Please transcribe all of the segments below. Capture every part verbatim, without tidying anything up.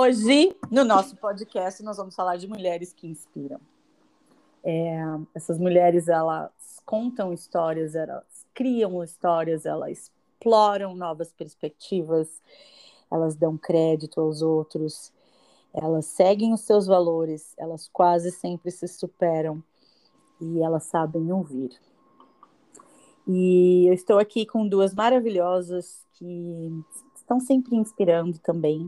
Hoje, no nosso podcast, nós vamos falar de mulheres que inspiram. É, essas mulheres, elas contam histórias, elas criam histórias, elas exploram novas perspectivas, elas dão crédito aos outros, elas seguem os seus valores, elas quase sempre se superam e elas sabem ouvir. E eu estou aqui com duas maravilhosas que estão sempre inspirando também.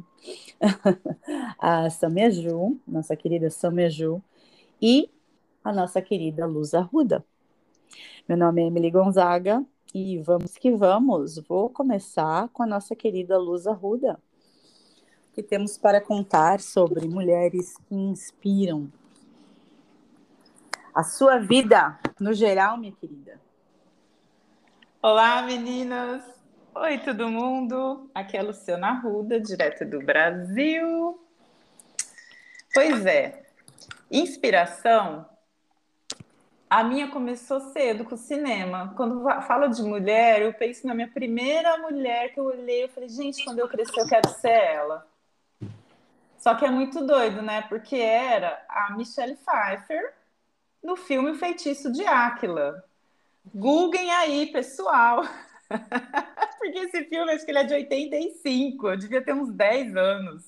A Samia Ju, nossa querida Samia Ju, e a nossa querida Luz Arruda. Meu nome é Emily Gonzaga e vamos que vamos. Vou começar com a nossa querida Luz Arruda, que temos para contar sobre mulheres que inspiram. A sua vida, no geral, minha querida. Olá, meninas! Oi, todo mundo! Aqui é a Luciana Arruda, direto do Brasil. Pois é, inspiração, a minha começou cedo com o cinema. Quando falo de mulher, eu penso na minha primeira mulher que eu olhei, eu falei, gente, quando eu crescer eu quero ser ela. Só que é muito doido, né? Porque era a Michelle Pfeiffer no filme O Feitiço de Áquila. Googlem aí, pessoal! Porque esse filme, acho que ele é de oitenta e cinco, eu devia ter uns dez anos.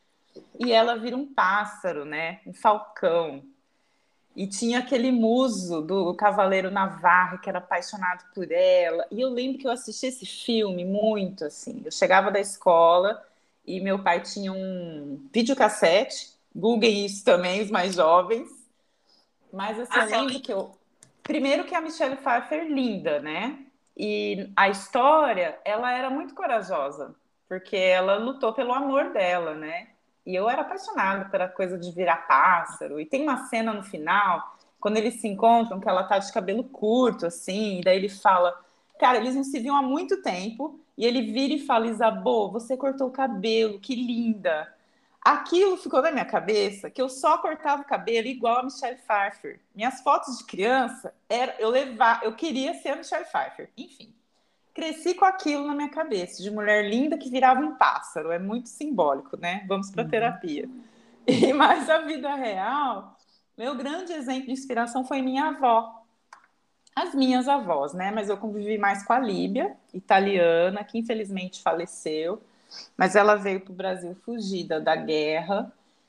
E ela vira um pássaro, né? Um falcão. E tinha aquele muso do Cavaleiro Navarre, que era apaixonado por ela. E eu lembro que eu assisti esse filme muito, assim. Eu chegava da escola e meu pai tinha um videocassete. Googlem isso também, os mais jovens. Mas, assim, eu lembro que eu... Primeiro que a Michelle Pfeiffer, linda, né? E a história, ela era muito corajosa, porque ela lutou pelo amor dela, né? E eu era apaixonada pela coisa de virar pássaro. E tem uma cena no final, quando eles se encontram, que ela tá de cabelo curto, assim, e daí ele fala... Cara, eles não se viam há muito tempo, e ele vira e fala, Isabeau, você cortou o cabelo, que linda! Aquilo ficou na minha cabeça, que eu só cortava o cabelo igual a Michelle Pfeiffer. Minhas fotos de criança, era, eu, levar, eu queria ser a Michelle Pfeiffer. Enfim, cresci com aquilo na minha cabeça, de mulher linda que virava um pássaro. É muito simbólico, né? Vamos para terapia. E mais a vida real, meu grande exemplo de inspiração foi minha avó. As minhas avós, né? Mas eu convivi mais com a Líbia, italiana, que infelizmente faleceu. Mas ela veio para o Brasil fugida da guerra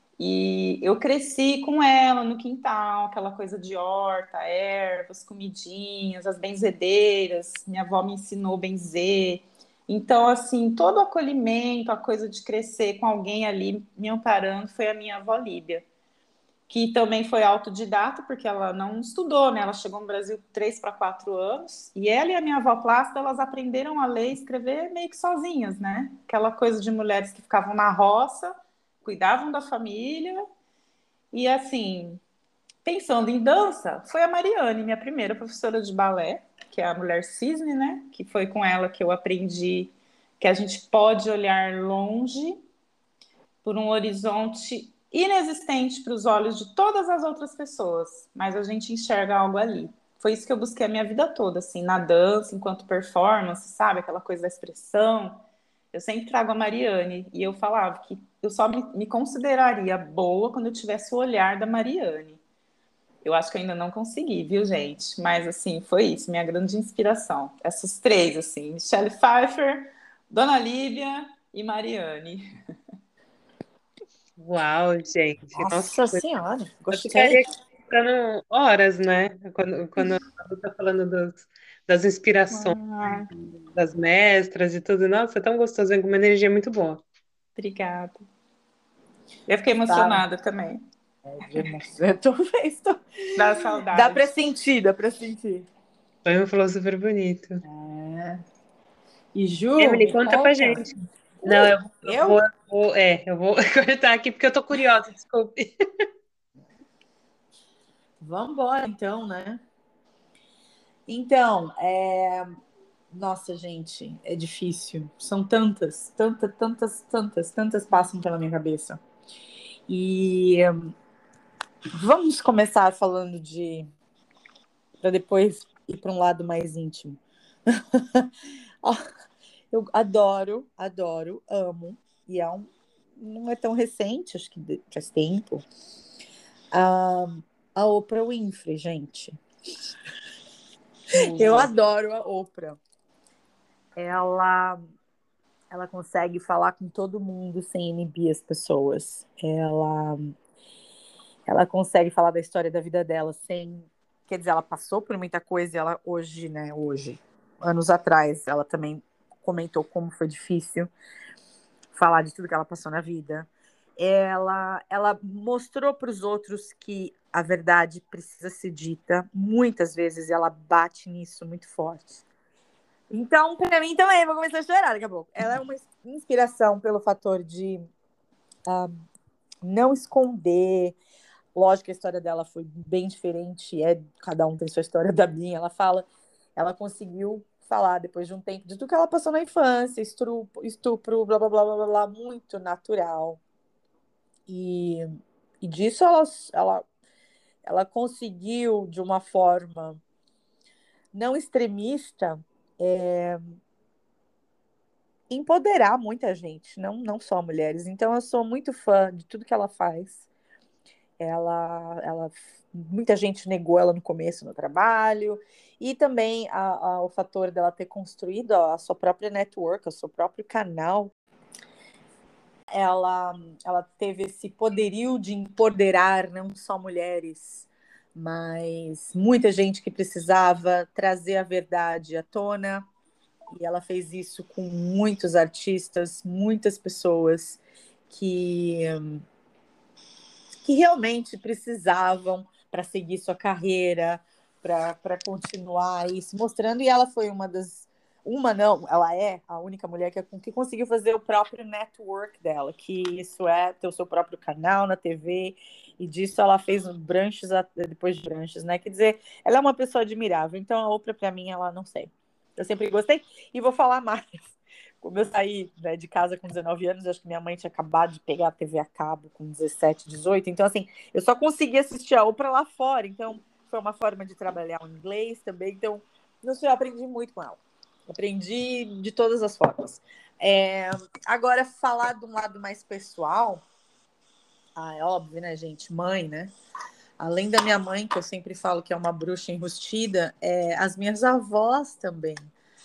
e eu cresci com ela no quintal, aquela coisa de horta, ervas, comidinhas, as benzedeiras. Minha avó me ensinou a benzer. Então, assim, todo o acolhimento, a coisa de crescer com alguém ali me amparando foi a minha avó Líbia, que também foi autodidata, porque ela não estudou, né? Ela chegou no Brasil três para quatro anos, e ela e a minha avó Plácida, elas aprenderam a ler e escrever meio que sozinhas, né? Aquela coisa de mulheres que ficavam na roça, cuidavam da família, e assim, pensando em dança, foi a Mariane, minha primeira professora de balé, que é a Mulher Cisne, né? Que foi com ela que eu aprendi que a gente pode olhar longe por um horizonte inexistente para os olhos de todas as outras pessoas, mas a gente enxerga algo ali. Foi isso que eu busquei a minha vida toda, assim, na dança, enquanto performance, sabe? Aquela coisa da expressão. Eu sempre trago a Mariane, e eu falava que eu só me, me consideraria boa quando eu tivesse o olhar da Mariane. Eu acho que eu ainda não consegui, viu, gente? Mas, assim, foi isso, minha grande inspiração. Essas três, assim, Michelle Pfeiffer, Dona Lívia e Mariane. Uau, gente. Nossa, Nossa que coisa. Senhora, Eu gostei. ficaria aqui ficando horas, né? Quando, quando a Lu tá falando dos, das inspirações, Ah, das mestras e tudo. Nossa, é tão gostoso, vem com uma energia muito boa. obrigada. Eu fiquei Tá. emocionada também. É de emoção. Eu tô vendo. tô- Dá Dá pra saudade. sentir, dá pra sentir. Foi um falou super bonito. É. E Ju, Emily, me conta pra conta. gente. Não, eu, eu Eu? vou, eu vou, é, eu vou cortar aqui porque eu tô curiosa, desculpe. Vamos embora, então, né? Então, é... nossa, gente, é difícil. São tantas, tantas, tantas, tantas, tantas passam pela minha cabeça. E hum, vamos começar falando de... para depois ir para um lado mais íntimo. Eu adoro, adoro, amo, e é um não é tão recente, acho que faz tempo. A, a Oprah Winfrey, gente. Eu adoro a Oprah. Ela, ela consegue falar com todo mundo sem inibir as pessoas. Ela, ela consegue falar da história da vida dela sem... Quer dizer, ela passou por muita coisa e ela hoje, né, hoje, anos atrás, ela também comentou como foi difícil falar de tudo que ela passou na vida. Ela, ela mostrou para os outros que a verdade precisa ser dita muitas vezes e ela bate nisso muito forte. Então, para mim também, vou começar a chorar daqui a pouco. Ela é uma inspiração pelo fator de uh, não esconder. Lógico que a história dela foi bem diferente, é, cada um tem sua história da minha. Ela fala, ela conseguiu falar depois de um tempo de tudo que ela passou na infância, estupro, estupro blá, blá, blá, blá, blá, muito natural. E, e disso ela, ela, ela conseguiu, de uma forma não extremista, é, empoderar muita gente, não, não só mulheres. Então eu sou muito fã de tudo que ela faz. Ela, ela, muita gente negou ela no começo no trabalho, e também a, a, o fator dela ter construído a sua própria network, o seu próprio canal. Ela, ela teve esse poderio de empoderar não só mulheres, mas muita gente que precisava trazer a verdade à tona. E ela fez isso com muitos artistas, muitas pessoas que, que realmente precisavam para seguir sua carreira, para continuar isso, mostrando. E ela foi uma das... Uma não, ela é a única mulher que, que conseguiu fazer o próprio network dela, que isso é ter o seu próprio canal na T V, e disso ela fez branches depois de branches, né? Quer dizer, ela é uma pessoa admirável. Então a Oprah, para mim, ela não sei. Eu sempre gostei. E vou falar mais. Como eu saí, né, de casa com dezenove anos, acho que minha mãe tinha acabado de pegar a T V a cabo com dezessete, dezoito. Então, assim, eu só consegui assistir a Oprah lá fora. Então, foi uma forma de trabalhar o inglês também. Então, não sei, eu aprendi muito com ela. Aprendi de todas as formas. É, agora, falar de um lado mais pessoal... Ah, é óbvio, né, gente? Mãe, né? Além da minha mãe, que eu sempre falo que é uma bruxa enrustida, é, as minhas avós também,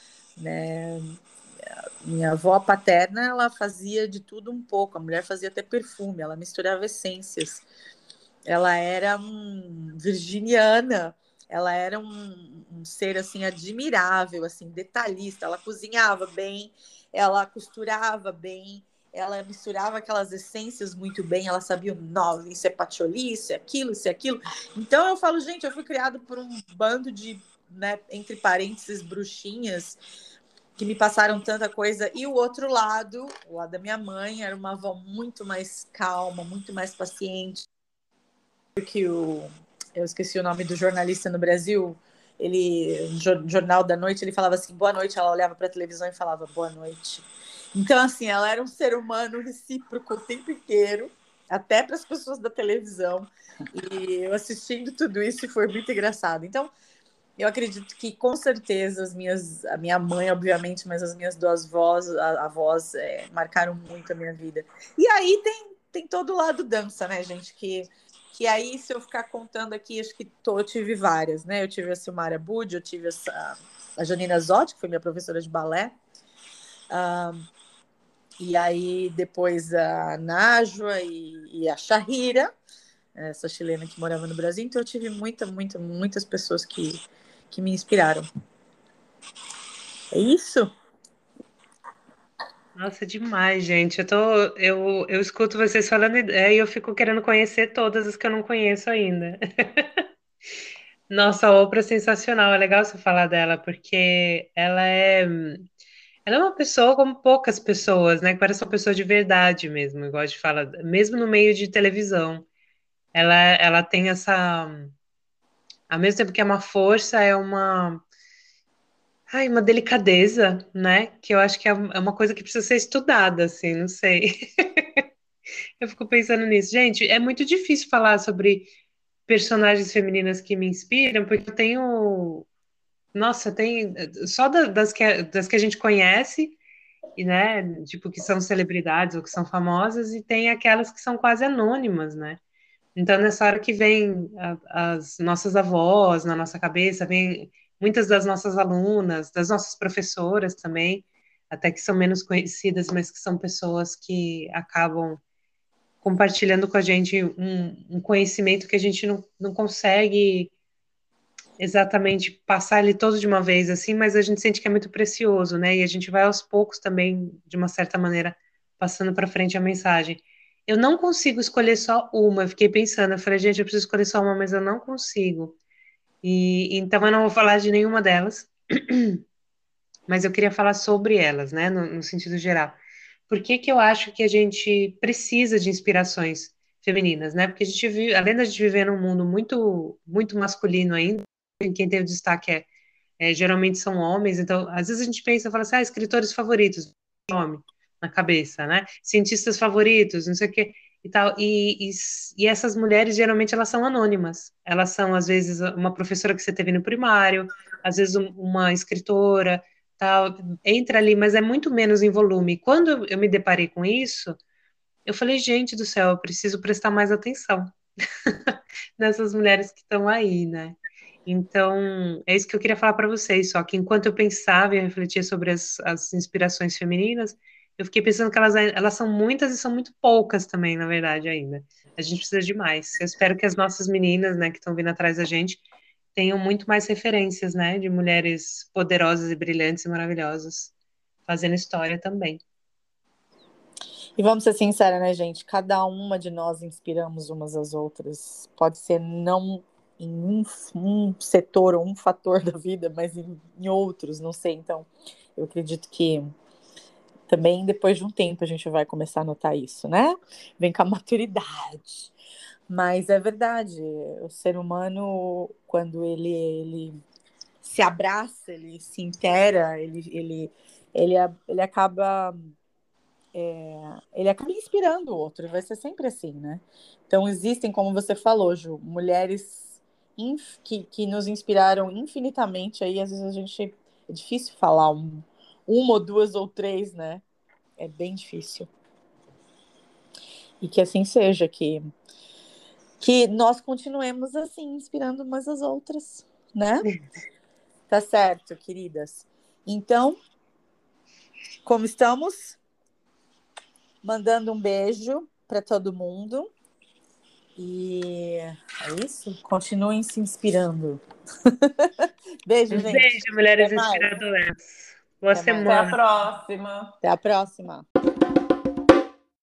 né? Minha avó paterna, ela fazia de tudo um pouco. A mulher fazia até perfume, ela misturava essências. Ela era um, virginiana, ela era um, um ser assim admirável, assim detalhista. Ela cozinhava bem, ela costurava bem, ela misturava aquelas essências muito bem. Ela sabia o nome, isso é patchouli, isso é aquilo, isso é aquilo. Então eu falo, gente, eu fui criado por um bando de, né, entre parênteses, bruxinhas que me passaram tanta coisa. E o outro lado, o lado da minha mãe, era uma avó muito mais calma, muito mais paciente. Porque o, eu esqueci o nome do jornalista no Brasil, ele, no Jornal da Noite, ele falava assim, boa noite, ela olhava para a televisão e falava boa noite. Então, assim, ela era um ser humano recíproco o tempo inteiro, até para as pessoas da televisão. E eu assistindo tudo isso foi muito engraçado. Então, eu acredito que, com certeza, as minhas, a minha mãe, obviamente, mas as minhas duas avós, avós é, marcaram muito a minha vida. E aí tem, tem todo o lado dança, né, gente? Que, que aí, se eu ficar contando aqui, acho que tô, eu tive várias, né? Eu tive a Silmara Budi, eu tive essa, a Janina Zotti, que foi minha professora de balé. Ah, e aí, depois a Najwa e, e a Shahira, essa chilena que morava no Brasil. Então, eu tive muita, muita, muitas pessoas que que me inspiraram. É isso? Nossa, demais, gente. Eu tô, eu, eu escuto vocês falando e eu fico querendo conhecer todas as que eu não conheço ainda. Nossa, a Oprah é sensacional. É legal você falar dela, porque ela é, ela é uma pessoa como poucas pessoas, né? Que parece uma pessoa de verdade mesmo, igual a gente fala, mesmo no meio de televisão. Ela, ela tem essa, ao mesmo tempo que é uma força, é uma, ai, uma delicadeza, né? Que eu acho que é é uma coisa que precisa ser estudada, assim, não sei. Eu fico pensando nisso. Gente, é muito difícil falar sobre personagens femininas que me inspiram, porque eu tenho. Nossa, tem. Só da- das que, das que a gente conhece, e, né, tipo, que são celebridades ou que são famosas, e tem aquelas que são quase anônimas, né? Então, nessa hora que vem a- as nossas avós na nossa cabeça, vem muitas das nossas alunas, das nossas professoras também, até que são menos conhecidas, mas que são pessoas que acabam compartilhando com a gente um, um conhecimento que a gente não, não consegue exatamente passar ele todo de uma vez assim, mas a gente sente que é muito precioso, né? E a gente vai aos poucos também, de uma certa maneira, passando para frente a mensagem. Eu não consigo escolher só uma. Eu fiquei pensando, eu falei, gente, eu preciso escolher só uma, mas eu não consigo. E então eu não vou falar de nenhuma delas, mas eu queria falar sobre elas, né, no, no sentido geral. Por que que eu acho que a gente precisa de inspirações femininas, né? Porque a gente vive, além da gente viver num mundo muito, muito masculino ainda, quem tem o destaque é, é, geralmente são homens, então às vezes a gente pensa, fala assim, ah, escritores favoritos, homem na cabeça, né? Cientistas favoritos, não sei o quê e tal. E, e, e essas mulheres geralmente elas são anônimas. Elas são às vezes uma professora que você teve no primário, às vezes um- uma escritora, tal, entra ali, mas é muito menos em volume. Quando eu me deparei com isso, eu falei, gente do céu, eu preciso prestar mais atenção nessas mulheres que estão aí, né? Então, é isso que eu queria falar para vocês. Só que enquanto eu pensava e refletia sobre as, as inspirações femininas, eu fiquei pensando que elas, elas são muitas e são muito poucas também, na verdade, ainda. A gente precisa de mais. Eu espero que as nossas meninas, né, que estão vindo atrás da gente, tenham muito mais referências, né, de mulheres poderosas e brilhantes e maravilhosas, fazendo história também. E vamos ser sinceros, né, gente? Cada uma de nós inspiramos umas às outras. Pode ser não em um, um setor ou um fator da vida, mas em, em outros, não sei. Então, eu acredito que também depois de um tempo a gente vai começar a notar isso, né? Vem com a maturidade. Mas é verdade, o ser humano, quando ele, ele se abraça, ele se inteira, ele, ele, ele, ele acaba ele acaba inspirando o outro, vai ser sempre assim, né? Então existem, como você falou, Ju, mulheres inf- que, que nos inspiraram infinitamente, aí às vezes a gente, é difícil falar um, uma ou duas ou três, né? É bem difícil. E que assim seja, que, que nós continuemos assim, inspirando umas às outras, né? Tá certo, queridas. Então, como estamos? Mandando um beijo para todo mundo. E é isso? Continuem se inspirando. Beijo, Um gente. beijo, mulheres Até mais. inspiradoras. Boa Até mais. Até a semana. próxima. Até a próxima.